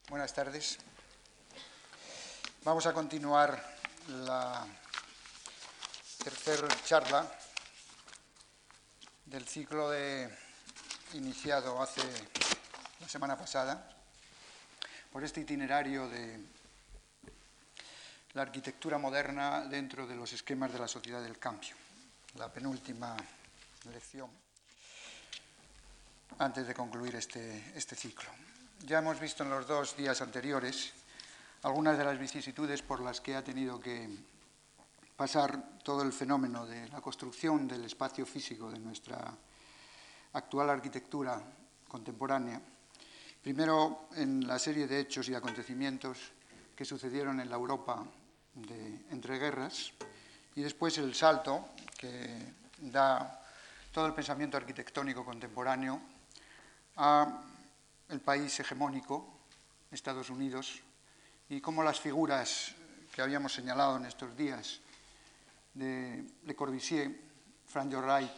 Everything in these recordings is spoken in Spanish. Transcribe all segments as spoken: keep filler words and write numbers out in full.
Buenas tardes. Vamos a continuar la tercera charla del ciclo de, iniciado hace la semana pasada por este itinerario de la arquitectura moderna dentro de los esquemas de la sociedad del cambio, la penúltima lección antes de concluir este, este ciclo. Ya hemos visto en los dos días anteriores algunas de las vicisitudes por las que ha tenido que pasar todo el fenómeno de la construcción del espacio físico de nuestra actual arquitectura contemporánea. Primero, en la serie de hechos y acontecimientos que sucedieron en la Europa de entreguerras, y después el salto que da todo el pensamiento arquitectónico contemporáneo a el país hegemónico, Estados Unidos, y cómo las figuras que habíamos señalado en estos días de Le Corbusier, Frank Lloyd Wright,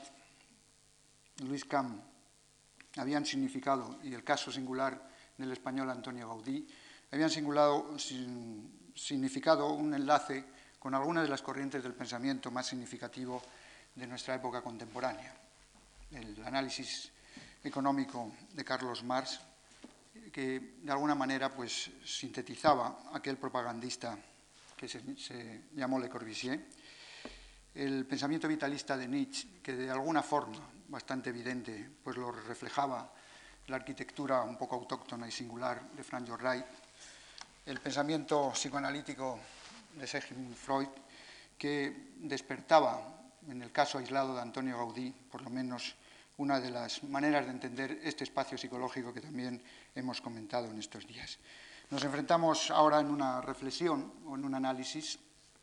Luis Kahn, habían significado, y el caso singular del español Antonio Gaudí, habían singulado, sin, significado un enlace con algunas de las corrientes del pensamiento más significativo de nuestra época contemporánea. El análisis económico de Carlos Marx, que de alguna manera pues, sintetizaba aquel propagandista que se, se llamó Le Corbusier, el pensamiento vitalista de Nietzsche, que de alguna forma bastante evidente pues, lo reflejaba la arquitectura un poco autóctona y singular de Frank Lloyd Wright, el pensamiento psicoanalítico de Sigmund Freud, que despertaba, en el caso aislado de Antonio Gaudí, por lo menos una de las maneras de entender este espacio psicológico que también hemos comentado en estos días. Nos enfrentamos ahora en una reflexión o en un análisis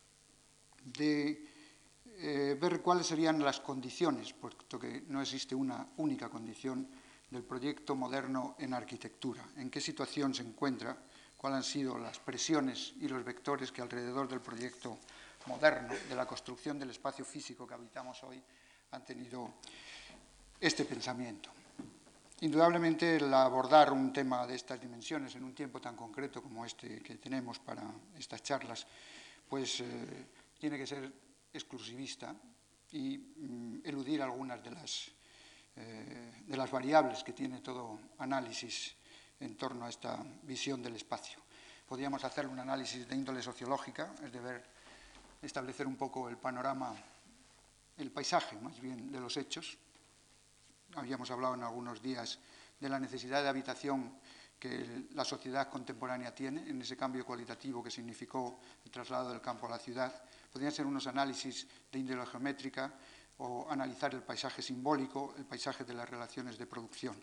de eh, ver cuáles serían las condiciones, puesto que no existe una única condición del proyecto moderno en arquitectura, en qué situación se encuentra, cuáles han sido las presiones y los vectores que alrededor del proyecto moderno, de la construcción del espacio físico que habitamos hoy, han tenido este pensamiento. Indudablemente, el abordar un tema de estas dimensiones en un tiempo tan concreto como este que tenemos para estas charlas, pues eh, tiene que ser exclusivista y mm, eludir algunas de las, eh, de las variables que tiene todo análisis en torno a esta visión del espacio. Podríamos hacer un análisis de índole sociológica, es de ver, establecer un poco el panorama, el paisaje más bien de los hechos. Habíamos hablado en algunos días de la necesidad de habitación que la sociedad contemporánea tiene, en ese cambio cualitativo que significó el traslado del campo a la ciudad. Podrían ser unos análisis de índole geométrica o analizar el paisaje simbólico, el paisaje de las relaciones de producción.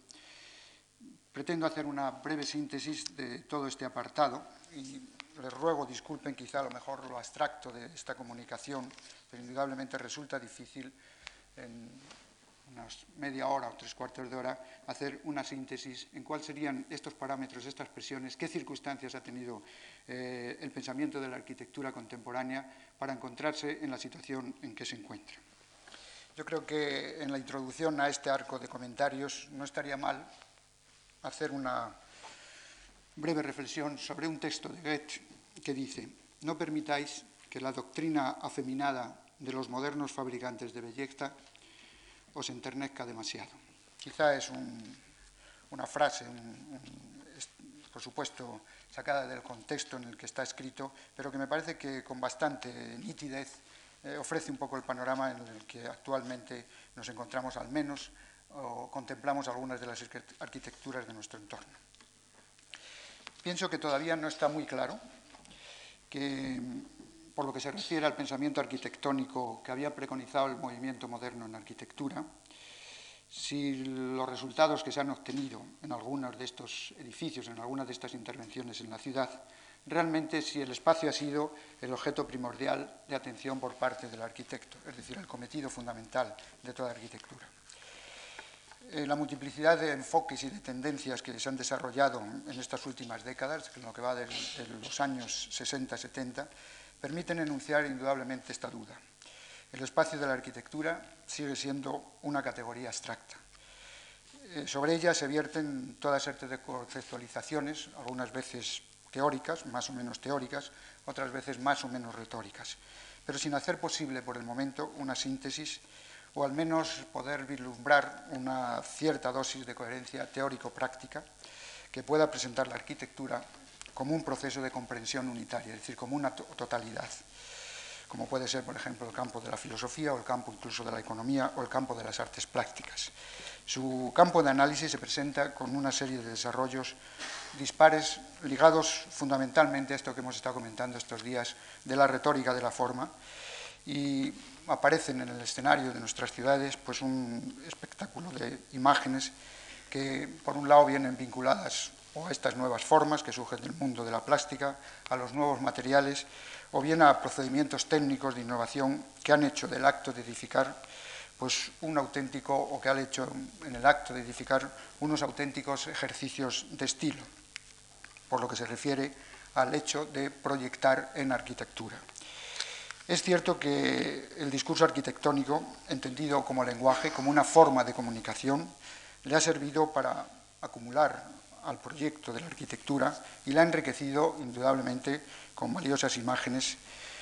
Pretendo hacer una breve síntesis de todo este apartado y les ruego disculpen quizá a lo mejor lo abstracto de esta comunicación, pero indudablemente resulta difícil en unas media hora o tres cuartos de hora, hacer una síntesis en cuáles serían estos parámetros, estas presiones, qué circunstancias ha tenido eh, el pensamiento de la arquitectura contemporánea para encontrarse en la situación en que se encuentra. Yo creo que en la introducción a este arco de comentarios no estaría mal hacer una breve reflexión sobre un texto de Goethe que dice: no permitáis que la doctrina afeminada de los modernos fabricantes de belleza os enternezca demasiado. Quizá es un, una frase, un, un, por supuesto, sacada del contexto en el que está escrito, pero que me parece que con bastante nitidez eh, ofrece un poco el panorama en el que actualmente nos encontramos, al menos, o contemplamos algunas de las arquitecturas de nuestro entorno. Pienso que todavía no está muy claro que, por lo que se refiere al pensamiento arquitectónico que había preconizado el movimiento moderno en arquitectura, si los resultados que se han obtenido en algunos de estos edificios, en algunas de estas intervenciones en la ciudad, realmente si el espacio ha sido el objeto primordial de atención por parte del arquitecto, es decir, el cometido fundamental de toda arquitectura. Eh, la multiplicidad de enfoques y de tendencias que se han desarrollado en estas últimas décadas, en lo que va de, de los años sesenta setenta, permiten enunciar indudablemente esta duda. El espacio de la arquitectura sigue siendo una categoría abstracta. Eh, sobre ella se vierten toda serie de conceptualizaciones, algunas veces teóricas, más o menos teóricas, otras veces más o menos retóricas, pero sin hacer posible por el momento una síntesis o al menos poder vislumbrar una cierta dosis de coherencia teórico-práctica que pueda presentar la arquitectura como un proceso de comprensión unitaria, es decir, como una to- totalidad, como puede ser, por ejemplo, el campo de la filosofía o el campo incluso de la economía o el campo de las artes plásticas. Su campo de análisis se presenta con una serie de desarrollos dispares ligados fundamentalmente a esto que hemos estado comentando estos días de la retórica de la forma, y aparecen en el escenario de nuestras ciudades pues un espectáculo de imágenes que por un lado vienen vinculadas o a estas nuevas formas que surgen del mundo de la plástica, a los nuevos materiales o bien a procedimientos técnicos de innovación que han hecho del acto de edificar pues un auténtico, o que han hecho en el acto de edificar unos auténticos ejercicios de estilo, por lo que se refiere al hecho de proyectar en arquitectura. Es cierto que el discurso arquitectónico, entendido como lenguaje, como una forma de comunicación, le ha servido para acumular al proyecto de la arquitectura y la ha enriquecido indudablemente con valiosas imágenes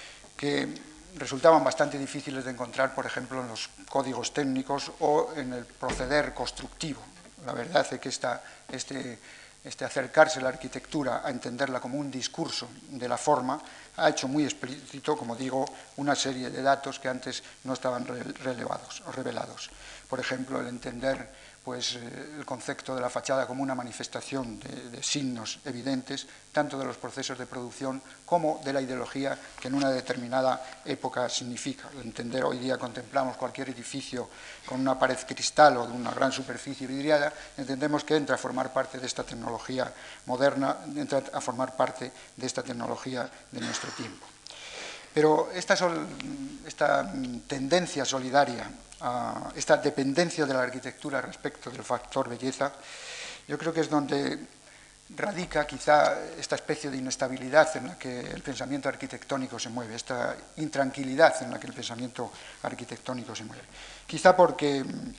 que resultaban bastante difíciles de encontrar, por ejemplo, en los códigos técnicos o en el proceder constructivo. La verdad es que esta, este, este acercarse a la arquitectura a entenderla como un discurso de la forma ha hecho muy explícito, como digo, una serie de datos que antes no estaban relevados o revelados. Por ejemplo, el entender pues, el concepto de la fachada como una manifestación de, de signos evidentes, tanto de los procesos de producción como de la ideología que en una determinada época significa. El entender, hoy día contemplamos cualquier edificio con una pared cristal o de una gran superficie vidriada, entendemos que entra a formar parte de esta tecnología moderna, entra a formar parte de esta tecnología de nuestro tiempo. Pero esta, sol, esta tendencia solidaria, a esta dependencia de la arquitectura respecto del factor belleza, yo creo que es donde radica quizá esta especie de inestabilidad en la que el pensamiento arquitectónico se mueve, esta intranquilidad en la que el pensamiento arquitectónico se mueve. Quizá porque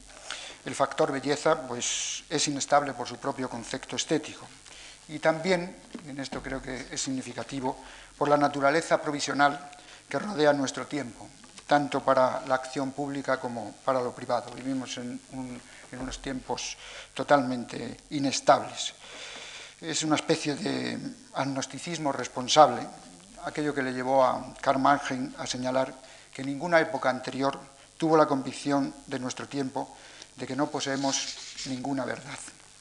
el factor belleza pues, es inestable por su propio concepto estético y también, en esto creo que es significativo, por la naturaleza provisional que rodea nuestro tiempo, tanto para la acción pública como para lo privado. Vivimos en, un, en unos tiempos totalmente inestables. Es una especie de agnosticismo responsable, aquello que le llevó a Karl Marx a señalar que ninguna época anterior tuvo la convicción de nuestro tiempo de que no poseemos ninguna verdad.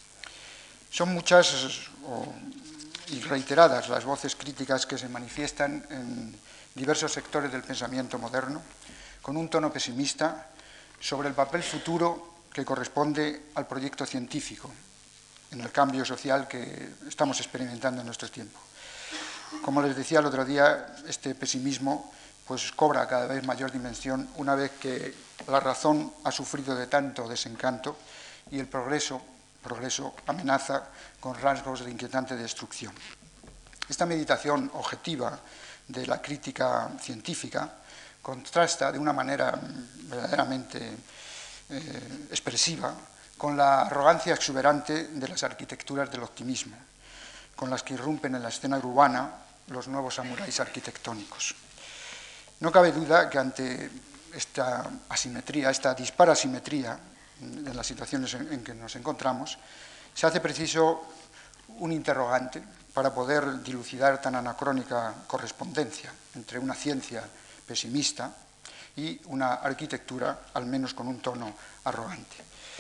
Son muchas o, y reiteradas las voces críticas que se manifiestan en diversos sectores del pensamiento moderno, con un tono pesimista sobre el papel futuro que corresponde al proyecto científico en el cambio social que estamos experimentando en nuestro tiempo. Como les decía el otro día, este pesimismo pues, cobra cada vez mayor dimensión una vez que la razón ha sufrido de tanto desencanto y el progreso, progreso amenaza con rasgos de inquietante destrucción. Esta meditación objetiva de la crítica científica contrasta de una manera verdaderamente eh, expresiva con la arrogancia exuberante de las arquitecturas del optimismo, con las que irrumpen en la escena urbana los nuevos samuráis arquitectónicos. No cabe duda que ante esta asimetría, esta dispara asimetría en las situaciones en que nos encontramos, se hace preciso un interrogante para poder dilucidar tan anacrónica correspondencia entre una ciencia pesimista y una arquitectura, al menos con un tono arrogante.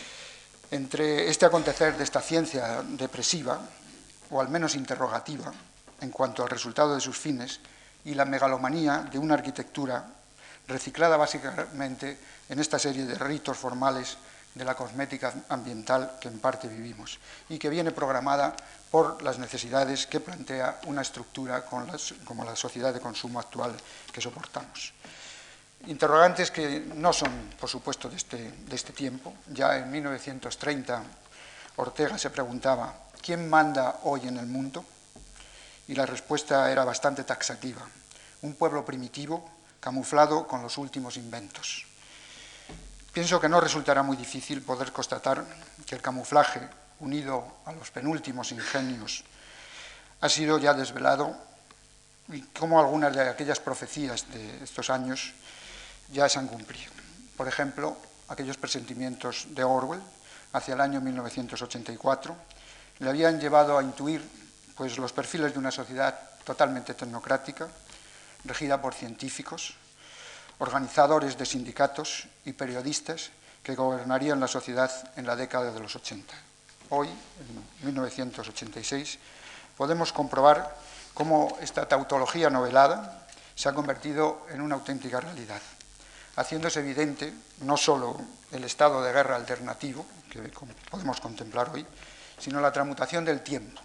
Entre este acontecer de esta ciencia depresiva, o al menos interrogativa, en cuanto al resultado de sus fines, y la megalomanía de una arquitectura reciclada básicamente en esta serie de ritos formales de la cosmética ambiental que en parte vivimos y que viene programada por las necesidades que plantea una estructura con las, como la sociedad de consumo actual que soportamos. Interrogantes que no son, por supuesto, de este, de este tiempo. Ya en mil novecientos treinta Ortega se preguntaba ¿quién manda hoy en el mundo? Y la respuesta era bastante taxativa. Un pueblo primitivo camuflado con los últimos inventos. Pienso que no resultará muy difícil poder constatar que el camuflaje, unido a los penúltimos ingenios, ha sido ya desvelado y cómo algunas de aquellas profecías de estos años ya se han cumplido. Por ejemplo, aquellos presentimientos de Orwell hacia el año mil novecientos ochenta y cuatro le habían llevado a intuir pues, los perfiles de una sociedad totalmente tecnocrática, regida por científicos, organizadores de sindicatos y periodistas que gobernarían la sociedad en la década de los ochenta. Hoy, en mil novecientos ochenta y seis, podemos comprobar cómo esta tautología novelada se ha convertido en una auténtica realidad, haciéndose evidente no solo el estado de guerra alternativo, que podemos contemplar hoy, sino la transmutación del tiempo,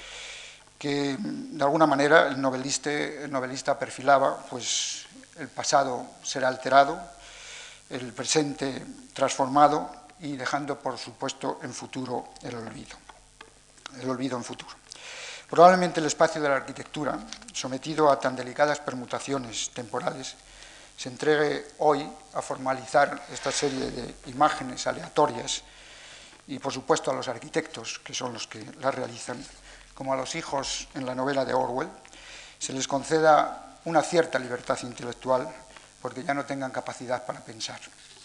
que de alguna manera el novelista, el novelista perfilaba, pues el pasado será alterado, el presente transformado y dejando, por supuesto, en futuro el olvido, el olvido en futuro. Probablemente el espacio de la arquitectura, sometido a tan delicadas permutaciones temporales, se entregue hoy a formalizar esta serie de imágenes aleatorias y, por supuesto, a los arquitectos, que son los que las realizan, como a los hijos en la novela de Orwell, se les conceda una cierta libertad intelectual porque ya no tengan capacidad para pensar.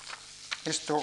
Esto,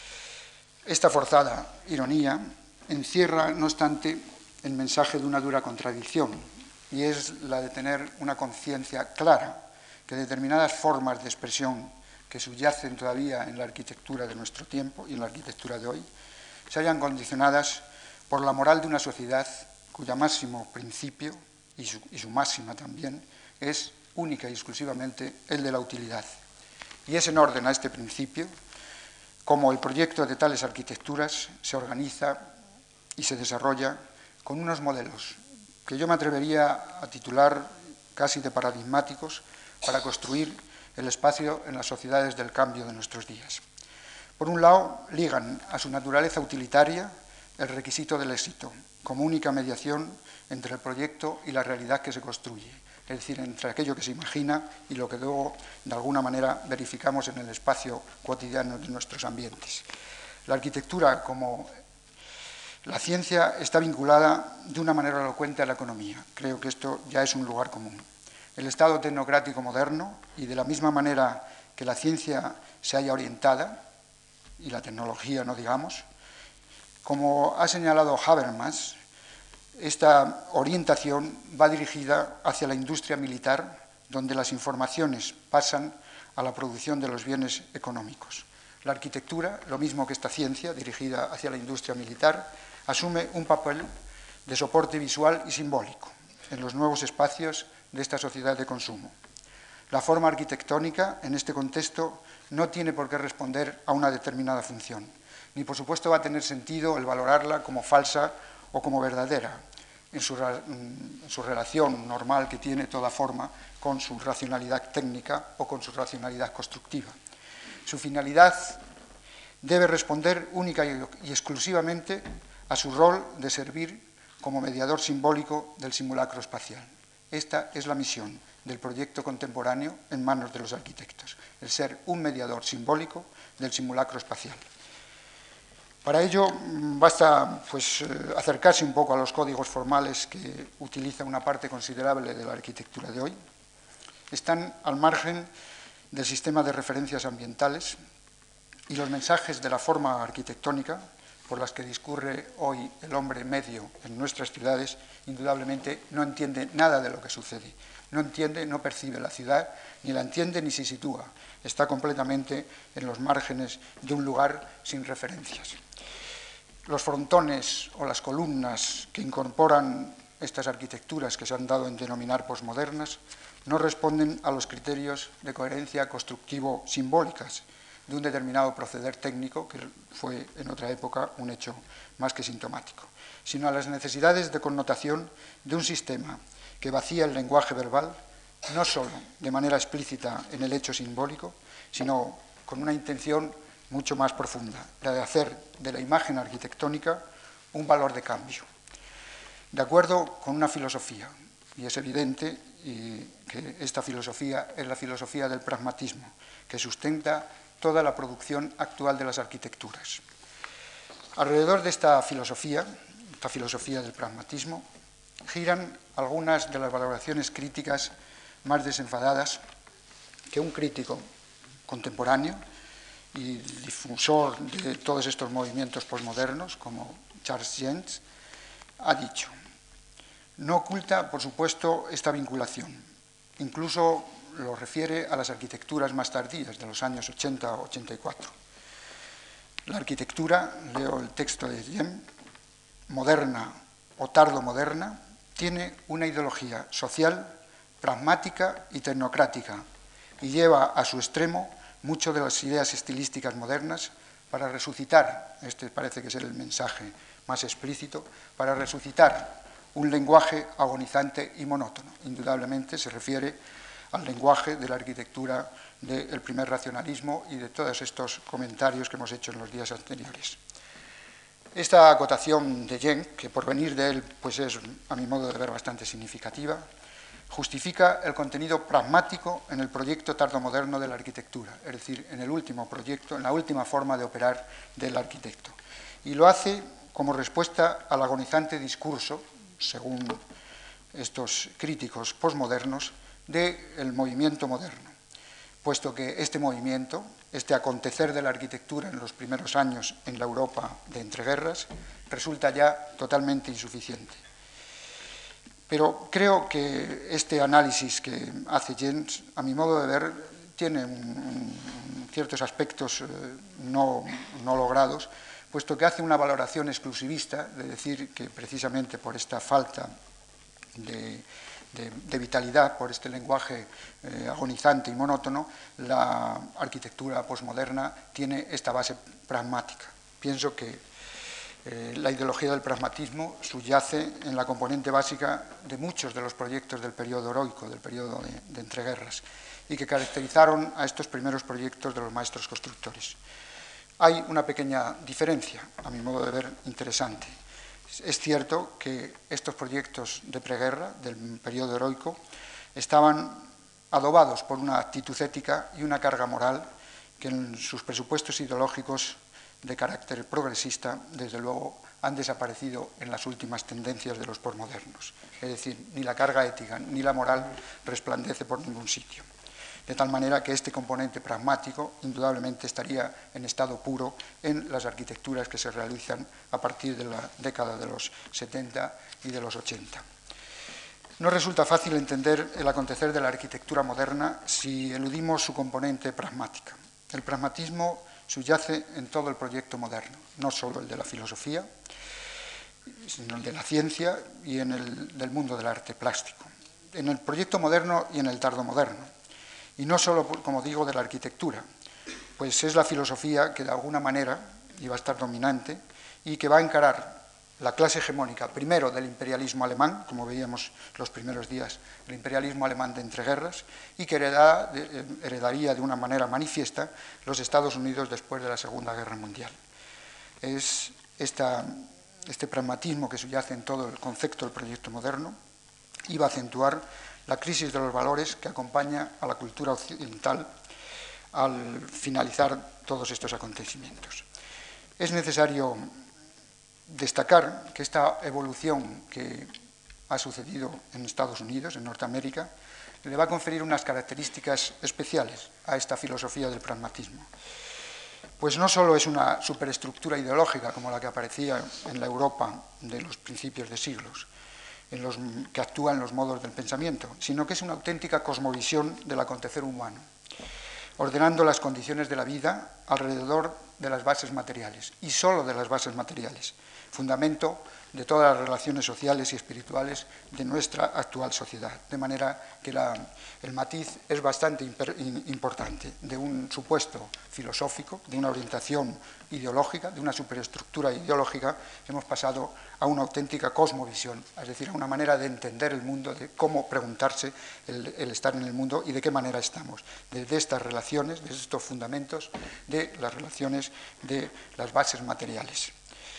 esta forzada ironía encierra, no obstante, el mensaje de una dura contradicción, y es la de tener una conciencia clara que determinadas formas de expresión que subyacen todavía en la arquitectura de nuestro tiempo y en la arquitectura de hoy se hayan condicionadas por la moral de una sociedad cuyo máximo principio, y su, y su máxima también, es única y exclusivamente el de la utilidad. Y es en orden a este principio como el proyecto de tales arquitecturas se organiza y se desarrolla con unos modelos que yo me atrevería a titular casi de paradigmáticos para construir el espacio en las sociedades del cambio de nuestros días. Por un lado, ligan a su naturaleza utilitaria el requisito del éxito, como única mediación entre el proyecto y la realidad que se construye, es decir, entre aquello que se imagina y lo que luego, de alguna manera, verificamos en el espacio cotidiano de nuestros ambientes. La arquitectura, como la ciencia, está vinculada de una manera elocuente a la economía. Creo que esto ya es un lugar común. El Estado tecnocrático moderno, y de la misma manera que la ciencia se haya orientada, y la tecnología no digamos, como ha señalado Habermas, esta orientación va dirigida hacia la industria militar, donde las informaciones pasan a la producción de los bienes económicos. La arquitectura, lo mismo que esta ciencia dirigida hacia la industria militar, asume un papel de soporte visual y simbólico en los nuevos espacios de esta sociedad de consumo. La forma arquitectónica, en este contexto, no tiene por qué responder a una determinada función, ni por supuesto va a tener sentido el valorarla como falsa o como verdadera, en su, en su relación normal que tiene toda forma con su racionalidad técnica o con su racionalidad constructiva. Su finalidad debe responder única y exclusivamente a su rol de servir como mediador simbólico del simulacro espacial. Esta es la misión del proyecto contemporáneo en manos de los arquitectos, el ser un mediador simbólico del simulacro espacial. Para ello basta pues, acercarse un poco a los códigos formales que utiliza una parte considerable de la arquitectura de hoy. Están al margen del sistema de referencias ambientales y los mensajes de la forma arquitectónica por las que discurre hoy el hombre medio en nuestras ciudades, indudablemente no entiende nada de lo que sucede. No entiende, no percibe la ciudad, ni la entiende ni se sitúa. Está completamente en los márgenes de un lugar sin referencias. Los frontones o las columnas que incorporan estas arquitecturas que se han dado en denominar posmodernas no responden a los criterios de coherencia constructivo-simbólicas de un determinado proceder técnico, que fue en otra época un hecho más que sintomático, sino a las necesidades de connotación de un sistema que vacía el lenguaje verbal, no solo de manera explícita en el hecho simbólico, sino con una intención mucho más profunda, la de hacer de la imagen arquitectónica un valor de cambio, de acuerdo con una filosofía, y es evidente y que esta filosofía es la filosofía del pragmatismo, que sustenta toda la producción actual de las arquitecturas. Alrededor de esta filosofía, esta filosofía del pragmatismo, giran algunas de las valoraciones críticas más desenfadadas que un crítico contemporáneo y difusor de todos estos movimientos posmodernos, como Charles Jens, ha dicho. No oculta, por supuesto, esta vinculación. Incluso lo refiere a las arquitecturas más tardías, de los años ochenta o ochenta y cuatro. La arquitectura, leo el texto de Jens, moderna o tardomoderna, tiene una ideología social, pragmática y tecnocrática, y lleva a su extremo mucho de las ideas estilísticas modernas para resucitar, este parece que es el mensaje más explícito, para resucitar un lenguaje agonizante y monótono. Indudablemente se refiere al lenguaje de la arquitectura del primer racionalismo y de todos estos comentarios que hemos hecho en los días anteriores. Esta acotación de Jens, que por venir de él pues es, a mi modo de ver, bastante significativa, justifica el contenido pragmático en el proyecto tardomoderno de la arquitectura, es decir, en el último proyecto, en la última forma de operar del arquitecto. Y lo hace como respuesta al agonizante discurso, según estos críticos posmodernos, del movimiento moderno, puesto que este movimiento, este acontecer de la arquitectura en los primeros años en la Europa de entreguerras, resulta ya totalmente insuficiente. Pero creo que este análisis que hace Jens, a mi modo de ver, tiene un, un, ciertos aspectos eh, no, no logrados, puesto que hace una valoración exclusivista, de decir que precisamente por esta falta de, de, de vitalidad, por este lenguaje eh, agonizante y monótono, la arquitectura posmoderna tiene esta base pragmática. Pienso que Eh, la ideología del pragmatismo subyace en la componente básica de muchos de los proyectos del periodo heroico, del periodo de, de entreguerras, y que caracterizaron a estos primeros proyectos de los maestros constructores. Hay una pequeña diferencia, a mi modo de ver, interesante. Es cierto que estos proyectos de preguerra, del periodo heroico, estaban adobados por una actitud ética y una carga moral que en sus presupuestos ideológicos de carácter progresista, desde luego, han desaparecido en las últimas tendencias de los posmodernos. Es decir, ni la carga ética ni la moral resplandece por ningún sitio. De tal manera que este componente pragmático indudablemente estaría en estado puro en las arquitecturas que se realizan a partir de la década de los setenta y de los ochenta. No resulta fácil entender el acontecer de la arquitectura moderna si eludimos su componente pragmática. El pragmatismo subyace en todo el proyecto moderno, no solo el de la filosofía, sino el de la ciencia y en el del mundo del arte plástico, en el proyecto moderno y en el tardomoderno, y no solo, como digo, de la arquitectura, pues es la filosofía que de alguna manera iba a estar dominante y que va a encarar la clase hegemónica, primero del imperialismo alemán, como veíamos los primeros días, el imperialismo alemán de entreguerras, y que hereda, de, heredaría de una manera manifiesta los Estados Unidos después de la Segunda Guerra Mundial. Es esta, este pragmatismo que subyace en todo el concepto del proyecto moderno iba a acentuar la crisis de los valores que acompaña a la cultura occidental al finalizar todos estos acontecimientos. Es necesario destacar que esta evolución que ha sucedido en Estados Unidos, en Norteamérica, le va a conferir unas características especiales a esta filosofía del pragmatismo. Pues no solo es una superestructura ideológica como la que aparecía en la Europa de los principios de siglos, en los que actúa en los modos del pensamiento, sino que es una auténtica cosmovisión del acontecer humano, ordenando las condiciones de la vida alrededor de las bases materiales, y solo de las bases materiales, fundamento de todas las relaciones sociales y espirituales de nuestra actual sociedad. De manera que la, el matiz es bastante imper, in, importante de un supuesto filosófico, de una orientación ideológica, de una superestructura ideológica, hemos pasado a una auténtica cosmovisión, es decir, a una manera de entender el mundo, de cómo preguntarse el, el estar en el mundo y de qué manera estamos, desde estas relaciones, desde estos fundamentos de las relaciones de las bases materiales.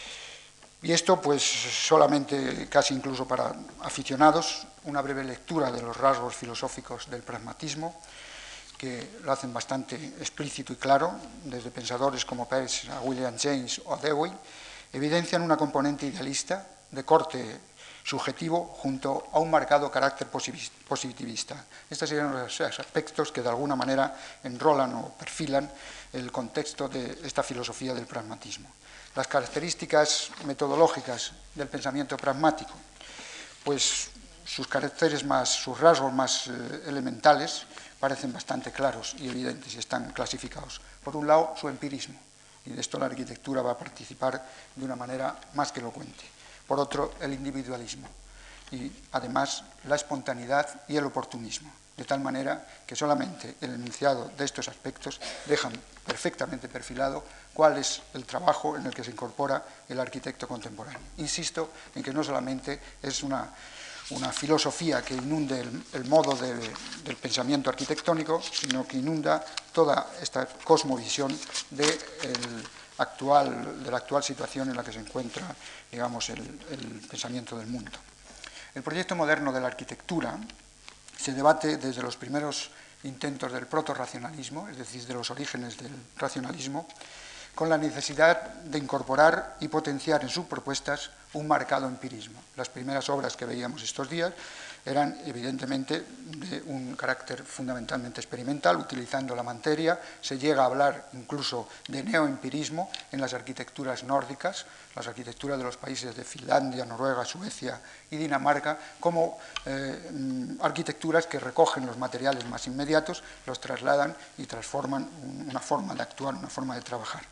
Y esto, pues, solamente, casi incluso para aficionados, una breve lectura de los rasgos filosóficos del pragmatismo, que lo hacen bastante explícito y claro, desde pensadores como Peirce a William James o Dewey, evidencian una componente idealista de corte subjetivo junto a un marcado carácter positivista. Estos serían los aspectos que de alguna manera enrolan o perfilan el contexto de esta filosofía del pragmatismo. Las características metodológicas del pensamiento pragmático, pues sus caracteres más, sus rasgos más eh, elementales parecen bastante claros y evidentes y están clasificados. Por un lado, su empirismo, y de esto la arquitectura va a participar de una manera más que elocuente. Por otro, el individualismo y, además, la espontaneidad y el oportunismo, de tal manera que solamente el enunciado de estos aspectos dejan perfectamente perfilado cuál es el trabajo en el que se incorpora el arquitecto contemporáneo. Insisto en que no solamente es una, una filosofía que inunde el, el modo de, del pensamiento arquitectónico, sino que inunda toda esta cosmovisión de el, actual, de la actual situación en la que se encuentra, digamos, el, el pensamiento del mundo. El proyecto moderno de la arquitectura se debate desde los primeros intentos del proto-racionalismo, es decir, de los orígenes del racionalismo, con la necesidad de incorporar y potenciar en sus propuestas un marcado empirismo. Las primeras obras que veíamos estos días eran evidentemente de un carácter fundamentalmente experimental, utilizando la materia. Se llega a hablar incluso de neoempirismo en las arquitecturas nórdicas, las arquitecturas de los países de Finlandia, Noruega, Suecia y Dinamarca, como eh, arquitecturas que recogen los materiales más inmediatos, los trasladan y transforman una forma de actuar, una forma de trabajar.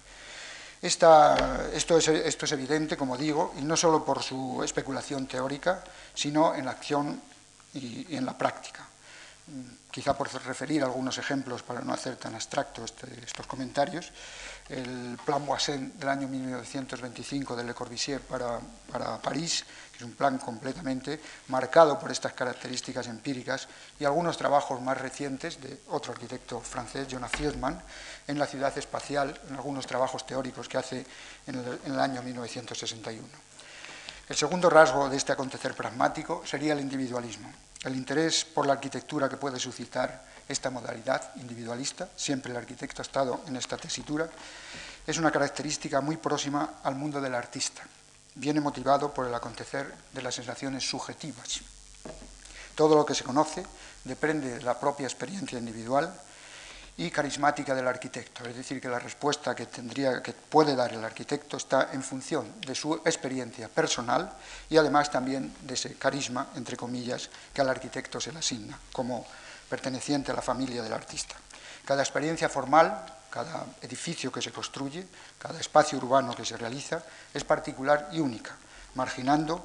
Esta, esto, es, esto es evidente, como digo, y no solo por su especulación teórica, sino en la acción y, y en la práctica. Quizá por referir algunos ejemplos para no hacer tan abstracto este, estos comentarios, el Plan Voisin del año mil novecientos veinticinco de Le Corbusier para, para París, que es un plan completamente marcado por estas características empíricas, y algunos trabajos más recientes de otro arquitecto francés, Jonas Fiedman, en la ciudad espacial, en algunos trabajos teóricos que hace en el, en el año mil novecientos sesenta y uno. El segundo rasgo de este acontecer pragmático sería el individualismo. El interés por la arquitectura que puede suscitar esta modalidad individualista, siempre el arquitecto ha estado en esta tesitura, es una característica muy próxima al mundo del artista. Viene motivado por el acontecer de las sensaciones subjetivas. Todo lo que se conoce depende de la propia experiencia individual y carismática del arquitecto, es decir, que la respuesta que tendría, que puede dar el arquitecto está en función de su experiencia personal y además también de ese carisma, entre comillas, que al arquitecto se le asigna como perteneciente a la familia del artista. Cada experiencia formal, cada edificio que se construye, cada espacio urbano que se realiza es particular y única, marginando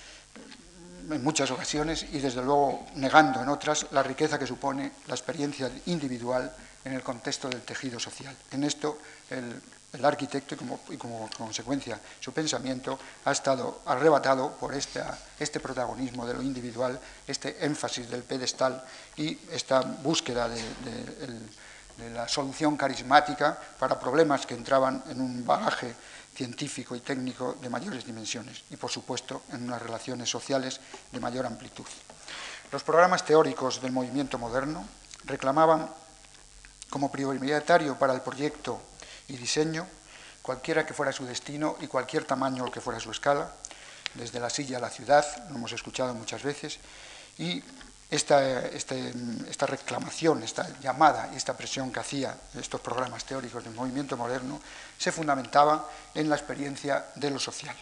en muchas ocasiones y desde luego negando en otras la riqueza que supone la experiencia individual en el contexto del tejido social. En esto el, el arquitecto y como, y como consecuencia su pensamiento ha estado arrebatado por esta, este protagonismo de lo individual, este énfasis del pedestal y esta búsqueda de, de, de, de la solución carismática para problemas que entraban en un bagaje científico y técnico de mayores dimensiones y, por supuesto, en unas relaciones sociales de mayor amplitud. Los programas teóricos del movimiento moderno reclamaban como prioritario para el proyecto y diseño, cualquiera que fuera su destino y cualquier tamaño que fuera su escala, desde la silla a la ciudad, lo hemos escuchado muchas veces, y esta, este, esta reclamación, esta llamada y esta presión que hacía estos programas teóricos del movimiento moderno se fundamentaba en la experiencia de lo social.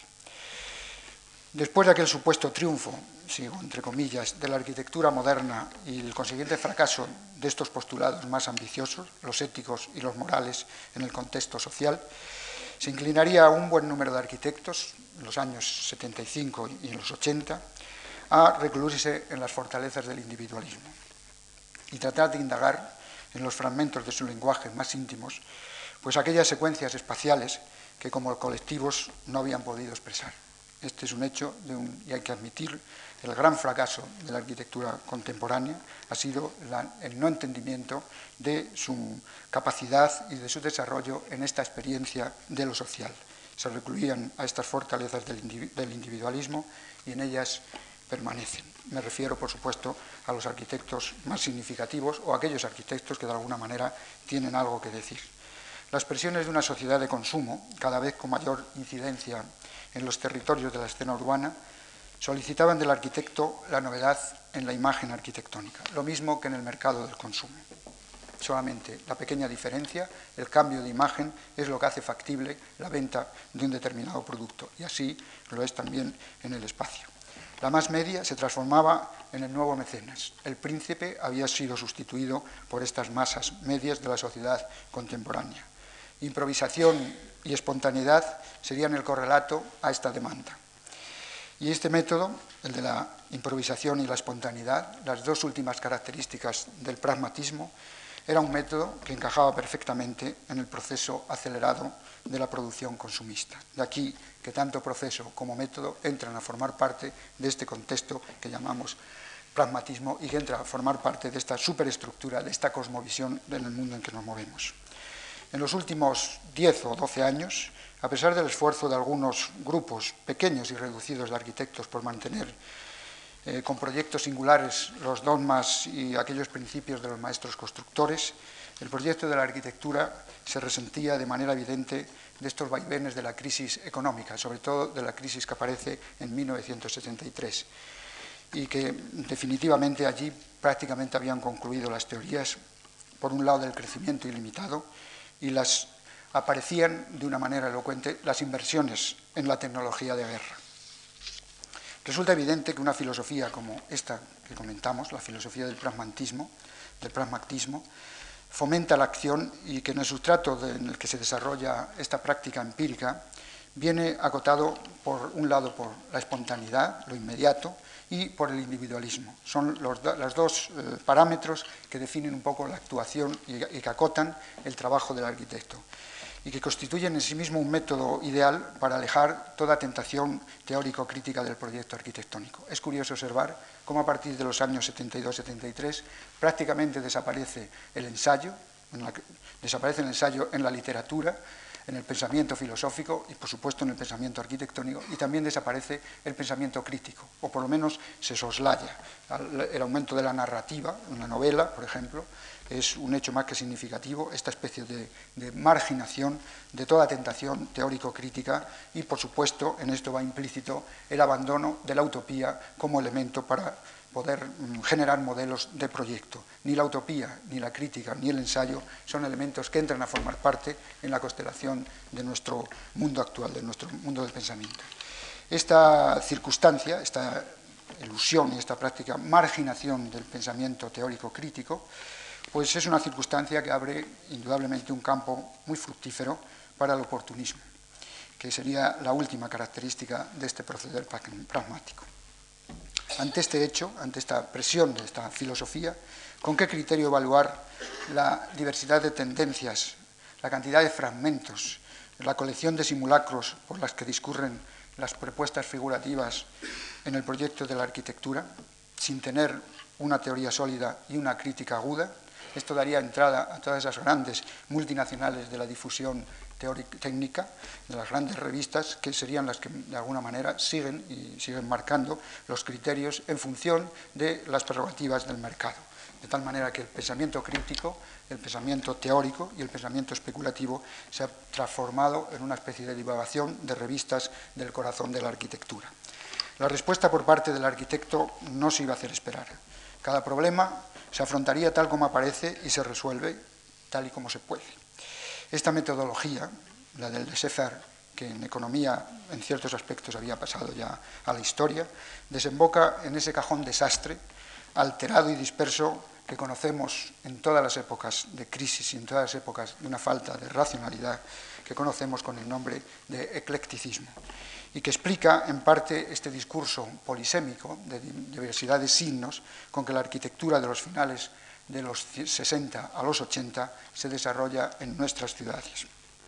Después de aquel supuesto triunfo, sigo entre comillas, de la arquitectura moderna y el consiguiente fracaso de estos postulados más ambiciosos, los éticos y los morales en el contexto social, se inclinaría a un buen número de arquitectos, en los años setenta y cinco y en los ochenta, a recluirse en las fortalezas del individualismo y tratar de indagar en los fragmentos de su lenguaje más íntimos, pues aquellas secuencias espaciales que como colectivos no habían podido expresar. Este es un hecho de un, y hay que admitir, el gran fracaso de la arquitectura contemporánea ha sido la, el no entendimiento de su capacidad y de su desarrollo en esta experiencia de lo social. Se recluían a estas fortalezas del, individu- del individualismo y en ellas permanecen. Me refiero, por supuesto, a los arquitectos más significativos o a aquellos arquitectos que de alguna manera tienen algo que decir. Las presiones de una sociedad de consumo, cada vez con mayor incidencia en los territorios de la escena urbana, solicitaban del arquitecto la novedad en la imagen arquitectónica, lo mismo que en el mercado del consumo. Solamente la pequeña diferencia, el cambio de imagen, es lo que hace factible la venta de un determinado producto, y así lo es también en el espacio. La más media se transformaba en el nuevo mecenas. El príncipe había sido sustituido por estas masas medias de la sociedad contemporánea. Improvisación y espontaneidad serían el correlato a esta demanda. Y este método, el de la improvisación y la espontaneidad, las dos últimas características del pragmatismo, era un método que encajaba perfectamente en el proceso acelerado de la producción consumista. De aquí que tanto proceso como método entran a formar parte de este contexto que llamamos pragmatismo y que entra a formar parte de esta superestructura, de esta cosmovisión en el mundo en que nos movemos. En los últimos diez o doce años, a pesar del esfuerzo de algunos grupos pequeños y reducidos de arquitectos por mantener eh, con proyectos singulares los dogmas y aquellos principios de los maestros constructores, el proyecto de la arquitectura se resentía de manera evidente de estos vaivenes de la crisis económica, sobre todo de la crisis que aparece en mil novecientos setenta y tres, y que definitivamente allí prácticamente habían concluido las teorías, por un lado, del crecimiento ilimitado, y las aparecían de una manera elocuente las inversiones en la tecnología de guerra. Resulta evidente que una filosofía como esta que comentamos, la filosofía del pragmatismo, del pragmatismo, fomenta la acción y que en el sustrato de, en el que se desarrolla esta práctica empírica viene acotado por un lado por la espontaneidad, lo inmediato, y por el individualismo. Son los, los dos eh, parámetros que definen un poco la actuación y, y que acotan el trabajo del arquitecto, y que constituyen en sí mismo un método ideal para alejar toda tentación teórico-crítica del proyecto arquitectónico. Es curioso observar cómo a partir de los años setenta y dos setenta y tres prácticamente desaparece el ensayo, en la, desaparece el ensayo en la literatura, en el pensamiento filosófico y, por supuesto, en el pensamiento arquitectónico, y también desaparece el pensamiento crítico, o por lo menos se soslaya. El aumento de la narrativa, una novela, por ejemplo, es un hecho más que significativo, esta especie de, de marginación de toda tentación teórico-crítica, y, por supuesto, en esto va implícito el abandono de la utopía como elemento para poder generar modelos de proyecto. Ni la utopía, ni la crítica, ni el ensayo son elementos que entran a formar parte en la constelación de nuestro mundo actual, de nuestro mundo del pensamiento. Esta circunstancia, esta ilusión y esta práctica marginación del pensamiento teórico crítico, pues es una circunstancia que abre indudablemente un campo muy fructífero para el oportunismo, que sería la última característica de este proceder pragmático. Ante este hecho, ante esta presión de esta filosofía, ¿con qué criterio evaluar la diversidad de tendencias, la cantidad de fragmentos, la colección de simulacros por las que discurren las propuestas figurativas en el proyecto de la arquitectura, sin tener una teoría sólida y una crítica aguda? Esto daría entrada a todas esas grandes multinacionales de la difusión teórica, técnica, de las grandes revistas, que serían las que de alguna manera siguen y siguen marcando los criterios en función de las prerrogativas del mercado. De tal manera que el pensamiento crítico, el pensamiento teórico y el pensamiento especulativo se ha transformado en una especie de divagación de revistas del corazón de la arquitectura. La respuesta por parte del arquitecto no se iba a hacer esperar. Cada problema se afrontaría tal como aparece y se resuelve tal y como se puede. Esta metodología, la del laissez-faire, que en economía en ciertos aspectos había pasado ya a la historia, desemboca en ese cajón desastre, alterado y disperso, que conocemos en todas las épocas de crisis y en todas las épocas de una falta de racionalidad, que conocemos con el nombre de eclecticismo, y que explica en parte este discurso polisémico de diversidad de signos con que la arquitectura de los finales de los sesenta a los ochenta se desarrolla en nuestras ciudades.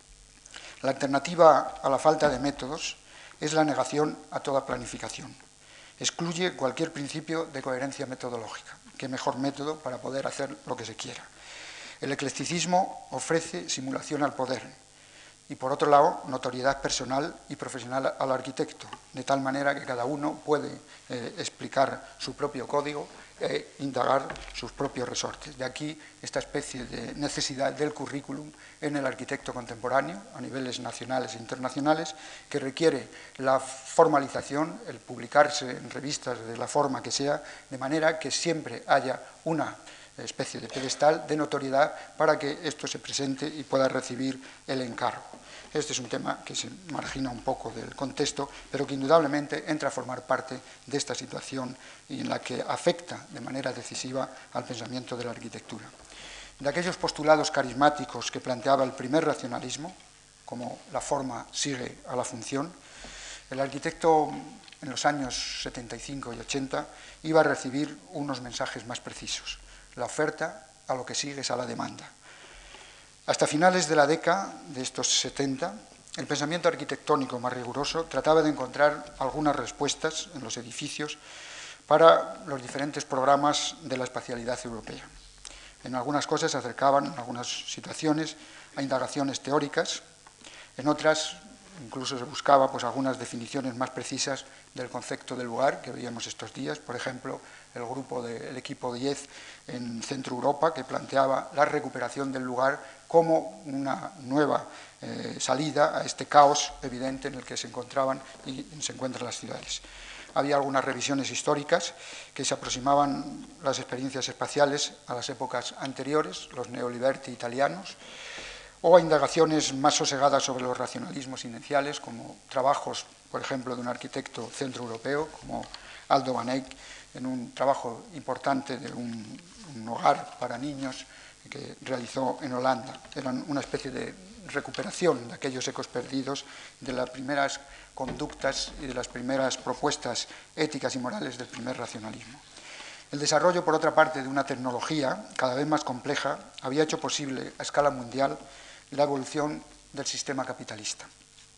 La alternativa a la falta de métodos es la negación a toda planificación. Excluye cualquier principio de coherencia metodológica. ¿Qué mejor método para poder hacer lo que se quiera? El eclecticismo ofrece simulación al poder. y por otro lado, notoriedad personal y profesional al arquitecto, de tal manera que cada uno puede eh, explicar su propio código e indagar sus propios resortes. De aquí esta especie de necesidad del currículum en el arquitecto contemporáneo, a niveles nacionales e internacionales, que requiere la formalización, el publicarse en revistas de la forma que sea, de manera que siempre haya una especie de pedestal de notoriedad para que esto se presente y pueda recibir el encargo. Este es un tema que se margina un poco del contexto, pero que indudablemente entra a formar parte de esta situación y en la que afecta de manera decisiva al pensamiento de la arquitectura. De aquellos postulados carismáticos que planteaba el primer racionalismo, como la forma sigue a la función, el arquitecto en los años setenta y cinco y ochenta iba a recibir unos mensajes más precisos. La oferta a lo que sigue es a la demanda. Hasta finales de la década de estos setenta, el pensamiento arquitectónico más riguroso trataba de encontrar algunas respuestas en los edificios para los diferentes programas de la espacialidad europea. En algunas cosas se acercaban, en algunas situaciones, a indagaciones teóricas, en otras incluso se buscaba pues, algunas definiciones más precisas del concepto del lugar que veíamos estos días, por ejemplo, el grupo del equipo diez en Centro Europa, que planteaba la recuperación del lugar como una nueva eh, salida a este caos evidente en el que se encontraban y se encuentran las ciudades. Había algunas revisiones históricas que se aproximaban las experiencias espaciales a las épocas anteriores, los neoliberti italianos, o a indagaciones más sosegadas sobre los racionalismos iniciales, como trabajos, por ejemplo, de un arquitecto centroeuropeo, como Aldo Van Eyck, en un trabajo importante de un, un hogar para niños que realizó en Holanda. Eran una especie de recuperación de aquellos ecos perdidos, de las primeras conductas y de las primeras propuestas éticas y morales del primer racionalismo. El desarrollo, por otra parte, de una tecnología cada vez más compleja había hecho posible a escala mundial la evolución del sistema capitalista.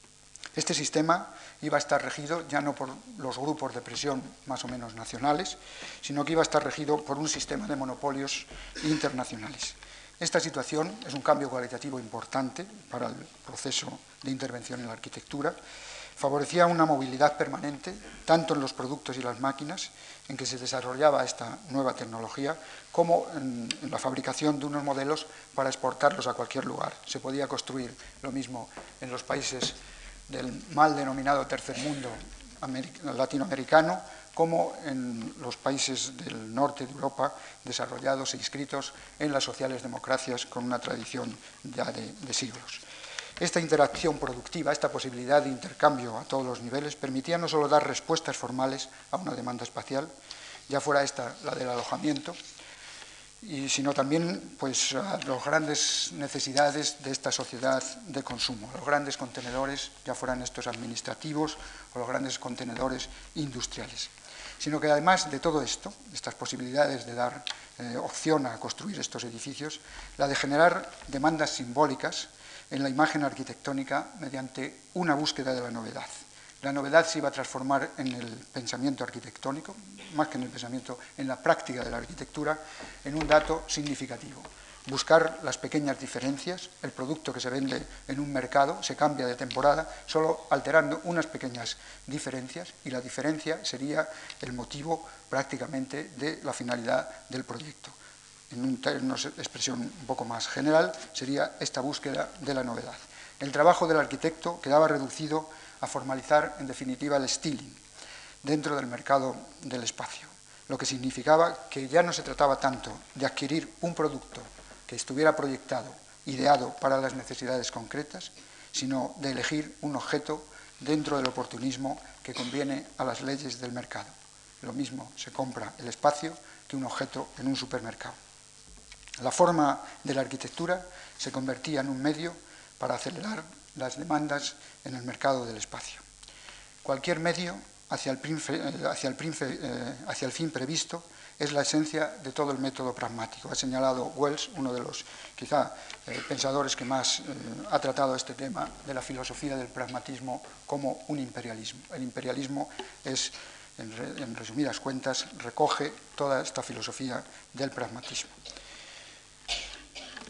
Este sistema iba a estar regido ya no por los grupos de presión más o menos nacionales, sino que iba a estar regido por un sistema de monopolios internacionales. Esta situación es un cambio cualitativo importante para el proceso de intervención en la arquitectura. Favorecía una movilidad permanente, tanto en los productos y las máquinas, en que se desarrollaba esta nueva tecnología, como en, en la fabricación de unos modelos para exportarlos a cualquier lugar. Se podía construir lo mismo en los países del mal denominado tercer mundo latinoamericano, como en los países del norte de Europa desarrollados e inscritos en las sociales democracias con una tradición ya de, de siglos. Esta interacción productiva, esta posibilidad de intercambio a todos los niveles, permitía no solo dar respuestas formales a una demanda espacial, ya fuera esta la del alojamiento, y, sino también pues, a las grandes necesidades de esta sociedad de consumo, los grandes contenedores, ya fueran estos administrativos o los grandes contenedores industriales. Sino que además de todo esto, estas posibilidades de dar eh, opción a construir estos edificios, la de generar demandas simbólicas en la imagen arquitectónica mediante una búsqueda de la novedad. La novedad se iba a transformar en el pensamiento arquitectónico, más que en el pensamiento, en la práctica de la arquitectura, en un dato significativo. Buscar las pequeñas diferencias, el producto que se vende en un mercado se cambia de temporada, solo alterando unas pequeñas diferencias, y la diferencia sería el motivo prácticamente de la finalidad del proyecto. En una expresión un poco más general, sería esta búsqueda de la novedad. El trabajo del arquitecto quedaba reducido a formalizar, en definitiva, el styling dentro del mercado del espacio, lo que significaba que ya no se trataba tanto de adquirir un producto que estuviera proyectado, ideado para las necesidades concretas, sino de elegir un objeto dentro del oportunismo que conviene a las leyes del mercado. Lo mismo se compra el espacio que un objeto en un supermercado. La forma de la arquitectura se convertía en un medio para acelerar las demandas en el mercado del espacio. Cualquier medio hacia el, hacia el, hacia el fin previsto es la esencia de todo el método pragmático. Ha señalado Wells, uno de los quizá eh, pensadores que más eh, ha tratado este tema de la filosofía del pragmatismo como un imperialismo. El imperialismo es, en, re, en resumidas cuentas, recoge toda esta filosofía del pragmatismo.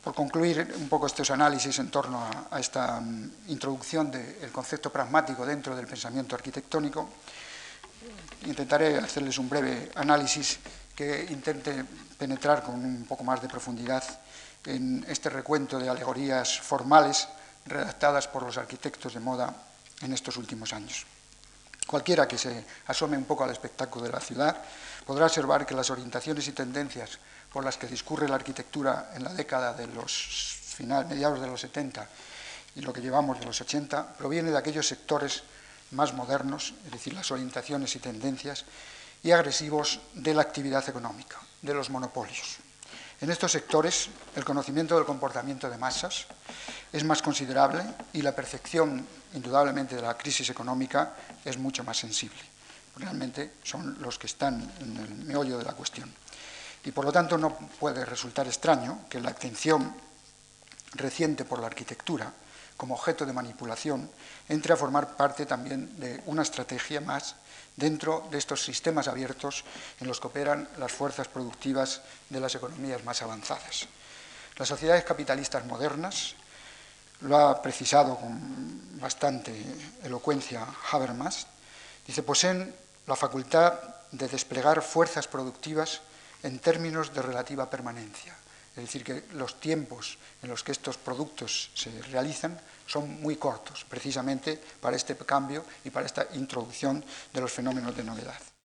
Por concluir un poco estos análisis en torno a, a esta um, introducción del concepto pragmático dentro del pensamiento arquitectónico, intentaré hacerles un breve análisis que intente penetrar con un poco más de profundidad en este recuento de alegorías formales redactadas por los arquitectos de moda en estos últimos años. Cualquiera que se asome un poco al espectáculo de la ciudad podrá observar que las orientaciones y tendencias por las que discurre la arquitectura en la década de los final, mediados de los setenta y lo que llevamos de los ochenta proviene de aquellos sectores más modernos, es decir, las orientaciones y tendencias, y agresivos de la actividad económica, de los monopolios. En estos sectores, el conocimiento del comportamiento de masas es más considerable y la percepción, indudablemente, de la crisis económica es mucho más sensible. Realmente son los que están en el meollo de la cuestión. Y por lo tanto no puede resultar extraño que la atención reciente por la arquitectura como objeto de manipulación entre a formar parte también de una estrategia más dentro de estos sistemas abiertos en los que operan las fuerzas productivas de las economías más avanzadas. Las sociedades capitalistas modernas, lo ha precisado con bastante elocuencia Habermas, dice, poseen la facultad de desplegar fuerzas productivas en términos de relativa permanencia. Es decir, que los tiempos en los que estos productos se realizan son muy cortos, precisamente para este cambio y para esta introducción de los fenómenos de novedad.